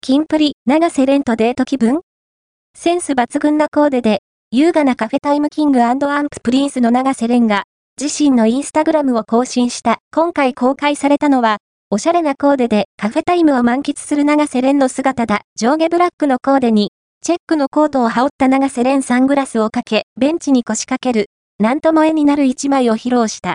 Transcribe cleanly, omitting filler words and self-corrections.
キンプリ、永瀬廉とデート気分？センス抜群なコーデで、優雅なカフェタイムキング&アンププリンスの永瀬廉が、自身のインスタグラムを更新した。今回公開されたのは、おしゃれなコーデでカフェタイムを満喫する永瀬廉の姿だ。上下ブラックのコーデに、チェックのコートを羽織った永瀬廉サングラスをかけ、ベンチに腰掛ける。なんとも絵になる一枚を披露した。